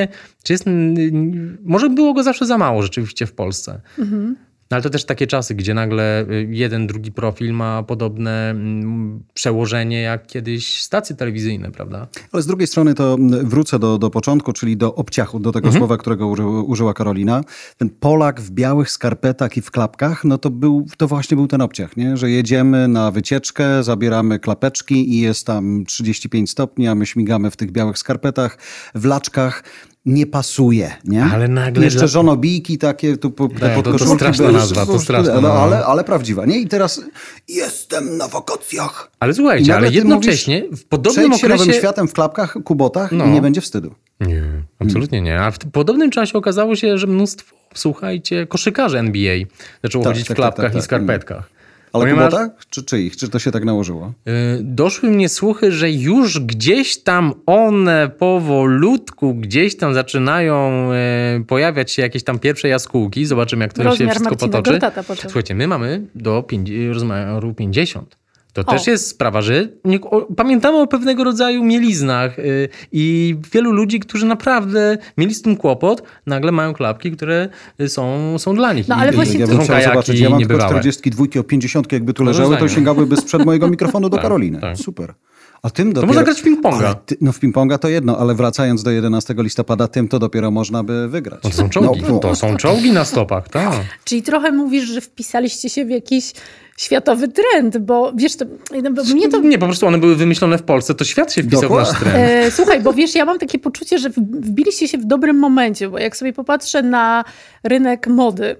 może było go zawsze za mało rzeczywiście w Polsce. No, ale to też takie czasy, gdzie nagle jeden, drugi profil ma podobne przełożenie jak kiedyś stacje telewizyjne, prawda? Ale z drugiej strony to wrócę do początku, czyli do obciachu, do tego słowa, którego użyła Karolina. Ten Polak w białych skarpetach i w klapkach, to właśnie był ten obciach, nie? Że jedziemy na wycieczkę, zabieramy klapeczki i jest tam 35 stopni, a my śmigamy w tych białych skarpetach, w laczkach. Nie pasuje, nie? Ale nagle... Jeszcze żonobijki takie, te podkoszulki. To straszna nazwa, to straszna. Ale prawdziwa, nie? I teraz jestem na wakacjach. Ale słuchajcie, ale jednocześnie w podobnym okresie... Przejdź się nowym światem w klapkach, kubotach i nie będzie wstydu. Nie, absolutnie nie. A w podobnym czasie okazało się, że mnóstwo, słuchajcie, koszykarzy NBA zaczęło chodzić w klapkach i skarpetkach. Ale kubotach? Czy czyich? Czy to się tak nałożyło? Doszły mnie słuchy, że już gdzieś tam one powolutku gdzieś tam zaczynają pojawiać się jakieś tam pierwsze jaskółki. Zobaczymy, jak to się wszystko potoczy. Słuchajcie, my mamy do rozmiaru 50. To też jest sprawa, że pamiętamy o pewnego rodzaju mieliznach i wielu ludzi, którzy naprawdę mieli z tym kłopot, nagle mają klapki, które są dla nich. No ale właśnie ja bym chciał zobaczyć. Ja mam tylko 42 o 50, jakby tu leżały, to sięgałyby sprzed mojego mikrofonu do Karoliny. Tak. Super. A tym dopiero... To można grać w ping-ponga. W ping-ponga to jedno, ale wracając do 11 listopada, tym to dopiero można by wygrać. To są czołgi. To są czołgi na stopach, tak. Czyli trochę mówisz, że wpisaliście się w jakiś światowy trend, bo wiesz, mnie to... Nie, po prostu one były wymyślone w Polsce, to świat się wpisał w nasz trend. Słuchaj, bo wiesz, ja mam takie poczucie, że wbiliście się w dobrym momencie, bo jak sobie popatrzę na rynek mody,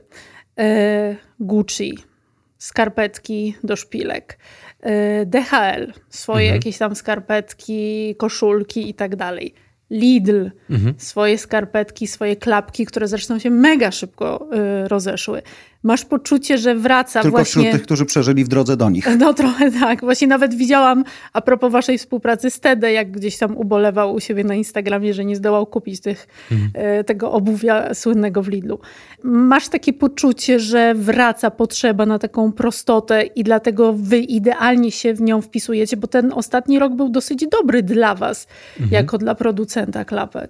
Gucci, skarpetki do szpilek, DHL, swoje jakieś tam skarpetki, koszulki i tak dalej. Lidl, swoje skarpetki, swoje klapki, które zresztą się mega szybko rozeszły. Masz poczucie, że wraca tylko właśnie... wśród tych, którzy przeżyli w drodze do nich. No trochę tak. Właśnie nawet widziałam a propos waszej współpracy z Tede, jak gdzieś tam ubolewał u siebie na Instagramie, że nie zdołał kupić tego obuwia słynnego w Lidlu. Masz takie poczucie, że wraca potrzeba na taką prostotę i dlatego wy idealnie się w nią wpisujecie, bo ten ostatni rok był dosyć dobry dla was, jako dla producenta klapek.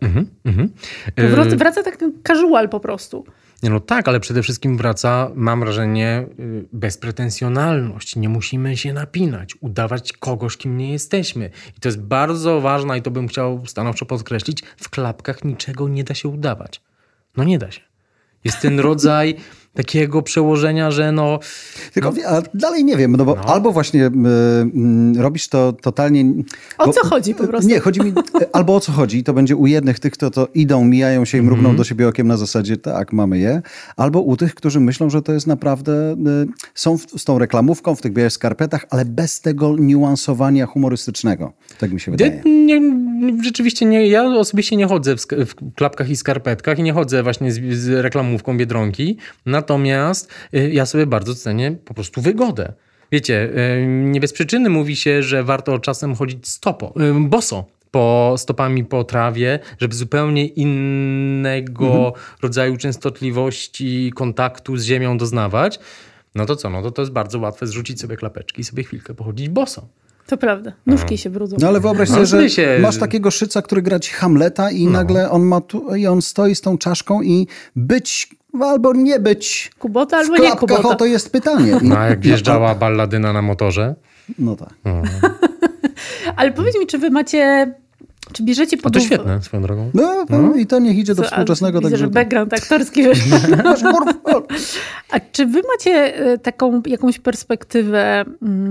Wraca tak casual po prostu. No tak, ale przede wszystkim wraca, mam wrażenie, bezpretensjonalność. Nie musimy się napinać, udawać kogoś, kim nie jesteśmy. I to jest bardzo ważne i to bym chciał stanowczo podkreślić. W klapkach niczego nie da się udawać. No nie da się. Jest ten rodzaj takiego przełożenia, że no... Tylko a dalej nie wiem, no bo albo właśnie robisz to totalnie... O co chodzi po prostu? Nie, chodzi mi albo o co chodzi, to będzie u jednych tych, to idą, mijają się i mrugną do siebie okiem na zasadzie tak, mamy je, albo u tych, którzy myślą, że to jest naprawdę, są z tą reklamówką w tych białych skarpetach, ale bez tego niuansowania humorystycznego. Tak mi się wydaje. Rzeczywiście nie, ja osobiście nie chodzę w klapkach i skarpetkach i nie chodzę właśnie z reklamówką Biedronki, natomiast ja sobie bardzo cenię po prostu wygodę. Wiecie, nie bez przyczyny mówi się, że warto czasem chodzić boso. Stopami po trawie, żeby zupełnie innego rodzaju częstotliwości kontaktu z ziemią doznawać. No to co? No to jest bardzo łatwe zrzucić sobie klapeczki i sobie chwilkę pochodzić boso. To prawda. Nóżki się brudzą. No ale wyobraź sobie, że masz takiego szyca, który gra ci Hamleta i nagle on stoi z tą czaszką i być albo nie być Kubota albo w klapkach, nie Kubota. to jest pytanie. No a jak wjeżdżała balladyna na motorze? No tak. Ale powiedz mi, czy wy macie... Czy bierzecie pod uwagę... To świetne, swoją drogą. No i to niech idzie do współczesnego. Widzę, że background aktorski. A czy wy macie taką jakąś perspektywę,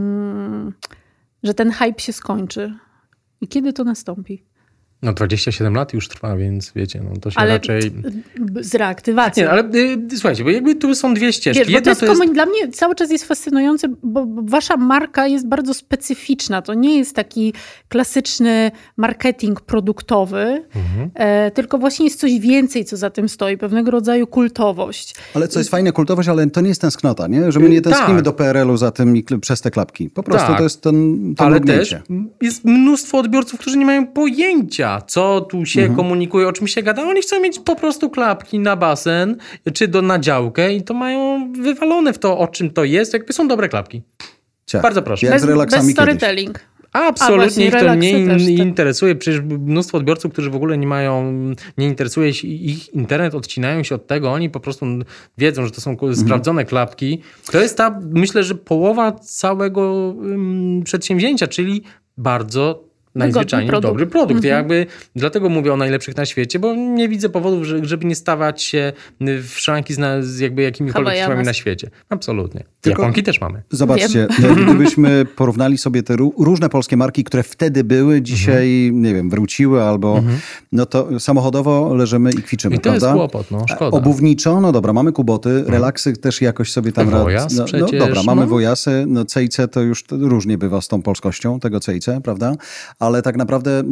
że ten hype się skończy? I kiedy to nastąpi? No 27 lat już trwa, więc wiecie, no to się raczej... z reaktywacją. Nie, ale słuchajcie, bo jakby tu są dwie ścieżki. Wiesz, bo to jest... Dla mnie cały czas jest fascynujące, bo wasza marka jest bardzo specyficzna. To nie jest taki klasyczny marketing produktowy, tylko właśnie jest coś więcej, co za tym stoi. Pewnego rodzaju kultowość. Ale co jest fajne, kultowość, ale to nie jest tęsknota, nie? Że my nie tęsknimy do PRL-u za tym i przez te klapki. Po prostu to jest ten ale mrugnięcie. też jest mnóstwo odbiorców, którzy nie mają pojęcia, co tu się komunikuje, o czym się gada. Oni chcą mieć po prostu klapki na basen, czy na działkę i to mają wywalone w to, o czym to jest. Jakby są dobre klapki. Bardzo proszę. Jak z relaksami bez storytelling. Kiedyś. Absolutnie ich to nie interesuje. Przecież mnóstwo odbiorców, którzy w ogóle nie interesuje się ich internet, odcinają się od tego. Oni po prostu wiedzą, że to są sprawdzone klapki. To jest myślę, że połowa całego przedsięwzięcia, czyli bardzo najzwyczajniej dobry produkt. Ja dlatego mówię o najlepszych na świecie, bo nie widzę powodów, żeby nie stawać się w szranki z jakimikolwiek firmami na świecie. Absolutnie. Tylko Japonki też mamy. Zobaczcie, gdybyśmy porównali sobie te różne polskie marki, które wtedy były, dzisiaj, nie wiem, wróciły albo no to samochodowo leżymy i kwiczymy, I to prawda? jest kłopot, no szkoda. Obuwniczo, no dobra, mamy Kuboty, relaksy też jakoś sobie tam... Wojas przecież. No dobra, mamy Wojasy, no CIC to już różnie bywa z tą polskością tego CIC, prawda? Ale tak naprawdę,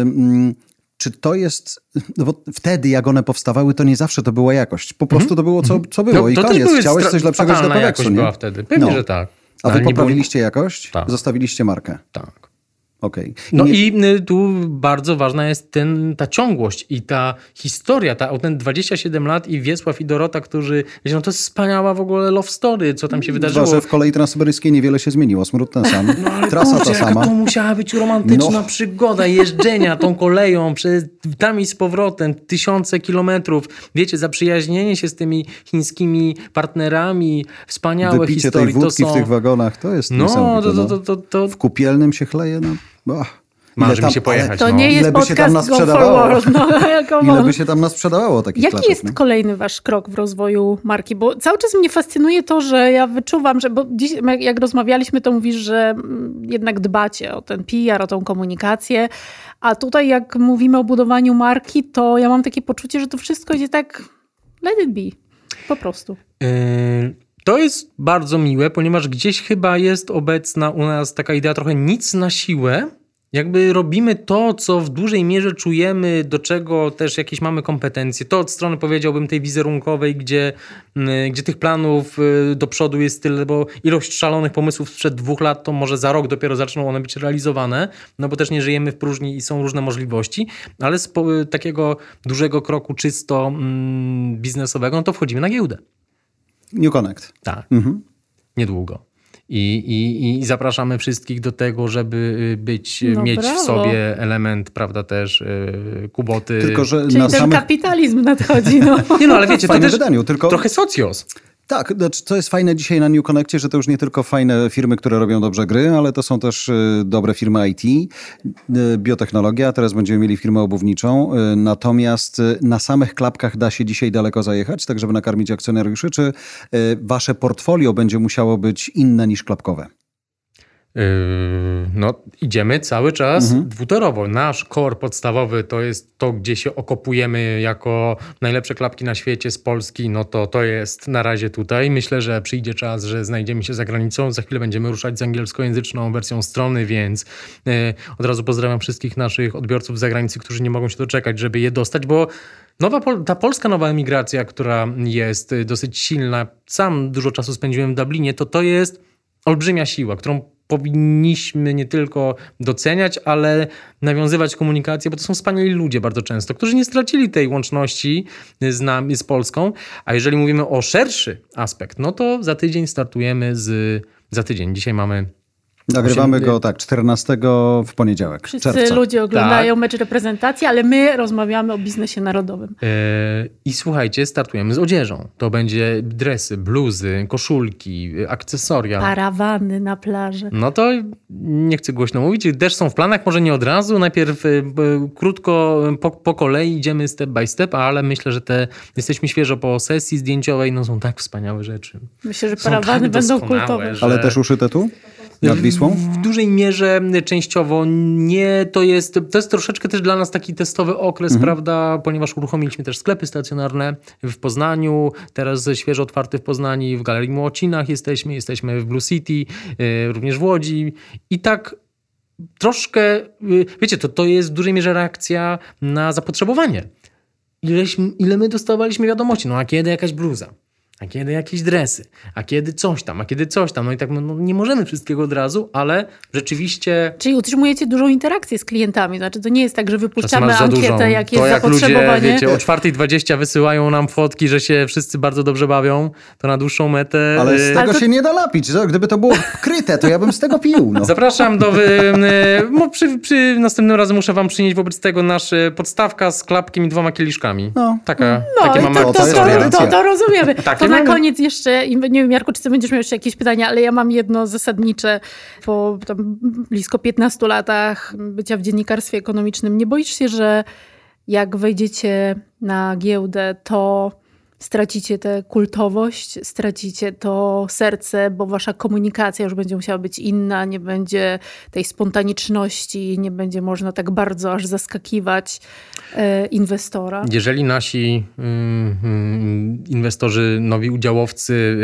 czy to jest... No bo wtedy, jak one powstawały, to nie zawsze to była jakość. Po prostu to było, co było. No, i koniec. Chciałeś coś lepszego do jakość była wtedy. Pewnie, że tak. A wy poprawiliście jakość? Tak. Zostawiliście markę? Tak. Okay. I tu bardzo ważna jest ta ciągłość i ta historia, ten 27 lat i Wiesław i Dorota, którzy, wiecie, no to jest wspaniała w ogóle love story, co tam się wydarzyło. Że w kolei transsyberyjskiej niewiele się zmieniło, smród ten sam, trasa ta sama. To musiała być romantyczna przygoda jeżdżenia tą koleją tam i z powrotem, 1000 kilometrów. Wiecie, zaprzyjaźnienie się z tymi chińskimi partnerami, wspaniałe Wypicie historii. tej wódki w tych wagonach, to jest niesamowite. To... W Kupielnym się chleje, Marzy mi się pojechać. To nie jest podcast Go Forward. Ile by się tam nasprzedawało takich klapek? Jaki jest kolejny wasz krok w rozwoju marki? Bo cały czas mnie fascynuje to, że ja wyczuwam, że bo dziś jak rozmawialiśmy, to mówisz, że jednak dbacie o ten PR, o tą komunikację, a tutaj jak mówimy o budowaniu marki, to ja mam takie poczucie, że to wszystko idzie tak let it be. Po prostu. To jest bardzo miłe, ponieważ gdzieś chyba jest obecna u nas taka idea trochę nic na siłę. Jakby robimy to, co w dużej mierze czujemy, do czego też jakieś mamy kompetencje. To od strony, powiedziałbym, tej wizerunkowej, gdzie tych planów do przodu jest tyle, bo ilość szalonych pomysłów sprzed 2 lat, to może za rok dopiero zaczną one być realizowane, no bo też nie żyjemy w próżni i są różne możliwości, ale z takiego dużego kroku czysto biznesowego, no to wchodzimy na giełdę. New Connect. Tak, niedługo. I zapraszamy wszystkich do tego, żeby mieć w sobie element, prawda, też Kuboty. Tylko, że czyli ten kapitalizm nadchodzi. Nie no, ale wiecie, to też wydaniu, tylko... trochę socjos. Tak, co jest fajne dzisiaj na New Connectie, że to już nie tylko fajne firmy, które robią dobrze gry, ale to są też dobre firmy IT, biotechnologia, teraz będziemy mieli firmę obuwniczą, natomiast na samych klapkach da się dzisiaj daleko zajechać, tak żeby nakarmić akcjonariuszy, czy wasze portfolio będzie musiało być inne niż klapkowe? No, idziemy cały czas dwutorowo. Nasz core podstawowy to jest to, gdzie się okopujemy jako najlepsze klapki na świecie z Polski, no to jest na razie tutaj. Myślę, że przyjdzie czas, że znajdziemy się za granicą. Za chwilę będziemy ruszać z angielskojęzyczną wersją strony, więc od razu pozdrawiam wszystkich naszych odbiorców z zagranicy, którzy nie mogą się doczekać, żeby je dostać, bo ta polska nowa emigracja, która jest dosyć silna, sam dużo czasu spędziłem w Dublinie, to jest olbrzymia siła, którą powinniśmy nie tylko doceniać, ale nawiązywać komunikację, bo to są wspaniali ludzie bardzo często, którzy nie stracili tej łączności z nami, z Polską. A jeżeli mówimy o szerszy aspekt, no to za tydzień startujemy za tydzień. Dzisiaj mamy... Nagrywamy go 14 w poniedziałek. Wszyscy ludzie oglądają mecz reprezentacji, ale my rozmawiamy o biznesie narodowym. I słuchajcie, startujemy z odzieżą. To będzie dresy, bluzy, koszulki, akcesoria. Parawany na plaży. No to nie chcę głośno mówić. Też są w planach, może nie od razu. Najpierw krótko, po kolei idziemy step by step, ale myślę, że jesteśmy świeżo po sesji zdjęciowej. No są tak wspaniałe rzeczy. Myślę, że parawany będą kultowe. Ale też uszyte tu? Nad Wisłą? W dużej mierze częściowo nie. To jest troszeczkę też dla nas taki testowy okres, prawda? Ponieważ uruchomiliśmy też sklepy stacjonarne w Poznaniu. Teraz świeżo otwarty w Poznaniu, w Galerii Młocinach jesteśmy w Blue City, również w Łodzi. I tak troszkę, wiecie, to jest w dużej mierze reakcja na zapotrzebowanie. Ile my dostawaliśmy wiadomości, no a kiedy jakaś bluza? A kiedy jakieś dresy, a kiedy coś tam. No i tak nie możemy wszystkiego od razu, ale rzeczywiście... Czyli utrzymujecie dużą interakcję z klientami. Znaczy to nie jest tak, że wypuszczamy ankietę, jak jest jak zapotrzebowanie. Ludzie, wiecie, o 4:20 wysyłają nam fotki, że się wszyscy bardzo dobrze bawią, to na dłuższą metę... Ale z tego się nie da napić. Gdyby to było kryte, to ja bym z tego pił. No. Zapraszam przy następnym razem muszę wam przynieść wobec tego nasza podstawka z klapkiem i 2 kieliszkami. Takie mamy to rozumiemy. To na koniec jeszcze, nie wiem Jarku, czy ty będziesz miał jeszcze jakieś pytania, ale ja mam jedno zasadnicze. Po tam blisko 15 latach bycia w dziennikarstwie ekonomicznym, nie boisz się, że jak wejdziecie na giełdę, to stracicie tę kultowość, stracicie to serce, bo wasza komunikacja już będzie musiała być inna, nie będzie tej spontaniczności, nie będzie można tak bardzo aż zaskakiwać inwestora. Jeżeli nasi inwestorzy, nowi udziałowcy,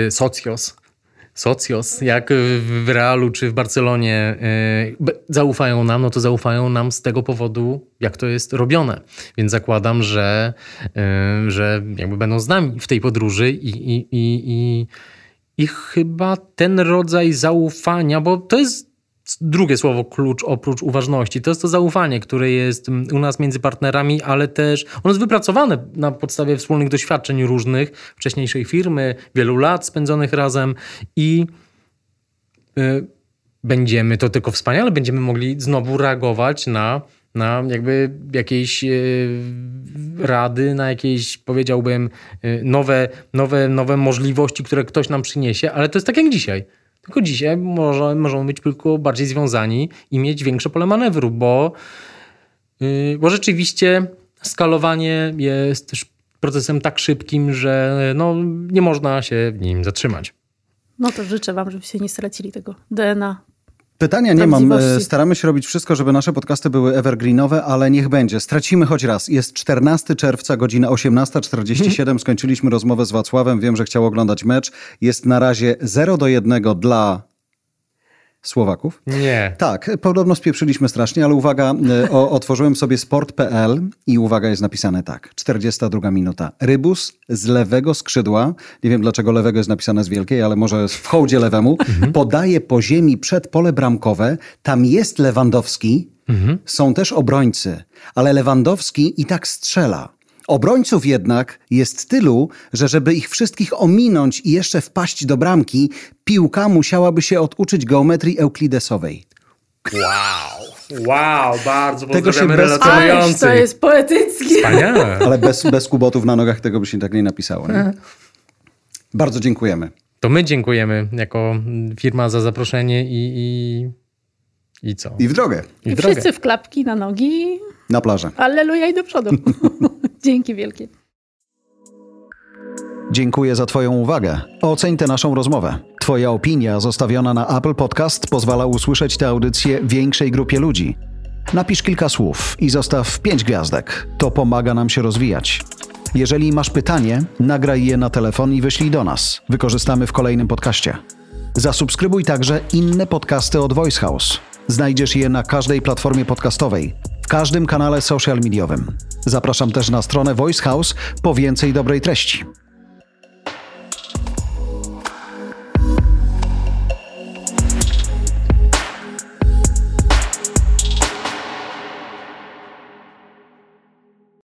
Socios, jak w Realu czy w Barcelonie zaufają nam, no to zaufają nam z tego powodu, jak to jest robione. Więc zakładam, że jakby będą z nami w tej podróży i chyba ten rodzaj zaufania, bo to jest drugie słowo klucz oprócz uważności. To jest to zaufanie, które jest u nas między partnerami, ale też ono jest wypracowane na podstawie wspólnych doświadczeń różnych, wcześniejszej firmy, wielu lat spędzonych razem i będziemy, to tylko wspaniale, będziemy mogli znowu reagować na jakby jakieś rady, na jakieś, powiedziałbym, nowe możliwości, które ktoś nam przyniesie, ale to jest tak jak dzisiaj. Tylko dzisiaj możemy być tylko bardziej związani i mieć większe pole manewru, bo rzeczywiście skalowanie jest też procesem tak szybkim, że nie można się w nim zatrzymać. No to życzę wam, żebyście nie stracili tego DNA. Pytania nie mam. Staramy się robić wszystko, żeby nasze podcasty były evergreenowe, ale niech będzie. Stracimy choć raz. Jest 14 czerwca, godzina 18:47. Skończyliśmy rozmowę z Wacławem. Wiem, że chciał oglądać mecz. Jest na razie 0-1 dla Słowaków? Nie. Tak, podobno spieprzyliśmy strasznie, ale uwaga, otworzyłem sobie sport.pl i uwaga, jest napisane tak. 42 minuta. Rybus z lewego skrzydła, nie wiem dlaczego lewego jest napisane z wielkiej, ale może w hołdzie lewemu, podaje po ziemi przed pole bramkowe. Tam jest Lewandowski, są też obrońcy, ale Lewandowski i tak strzela. Obrońców jednak jest tylu, że żeby ich wszystkich ominąć i jeszcze wpaść do bramki, piłka musiałaby się oduczyć geometrii euklidesowej. Wow, bardzo pozdrawiamy relacjonujący. To jest poetyckie. Wspaniale. Ale bez kubotów na nogach tego by się tak nie napisało. Nie? Bardzo dziękujemy. To my dziękujemy jako firma za zaproszenie i co? I w drogę. I wszyscy w klapki, na nogi. Na plażę. Alleluja i do przodu. Dzięki wielkie. Dziękuję za Twoją uwagę. Oceń tę naszą rozmowę. Twoja opinia zostawiona na Apple Podcast pozwala usłyszeć tę audycję większej grupie ludzi. Napisz kilka słów i zostaw 5 gwiazdek. To pomaga nam się rozwijać. Jeżeli masz pytanie, nagraj je na telefon i wyślij do nas. Wykorzystamy w kolejnym podcaście. Zasubskrybuj także inne podcasty od Voice House. Znajdziesz je na każdej platformie podcastowej, w każdym kanale social mediowym. Zapraszam też na stronę Voice House po więcej dobrej treści.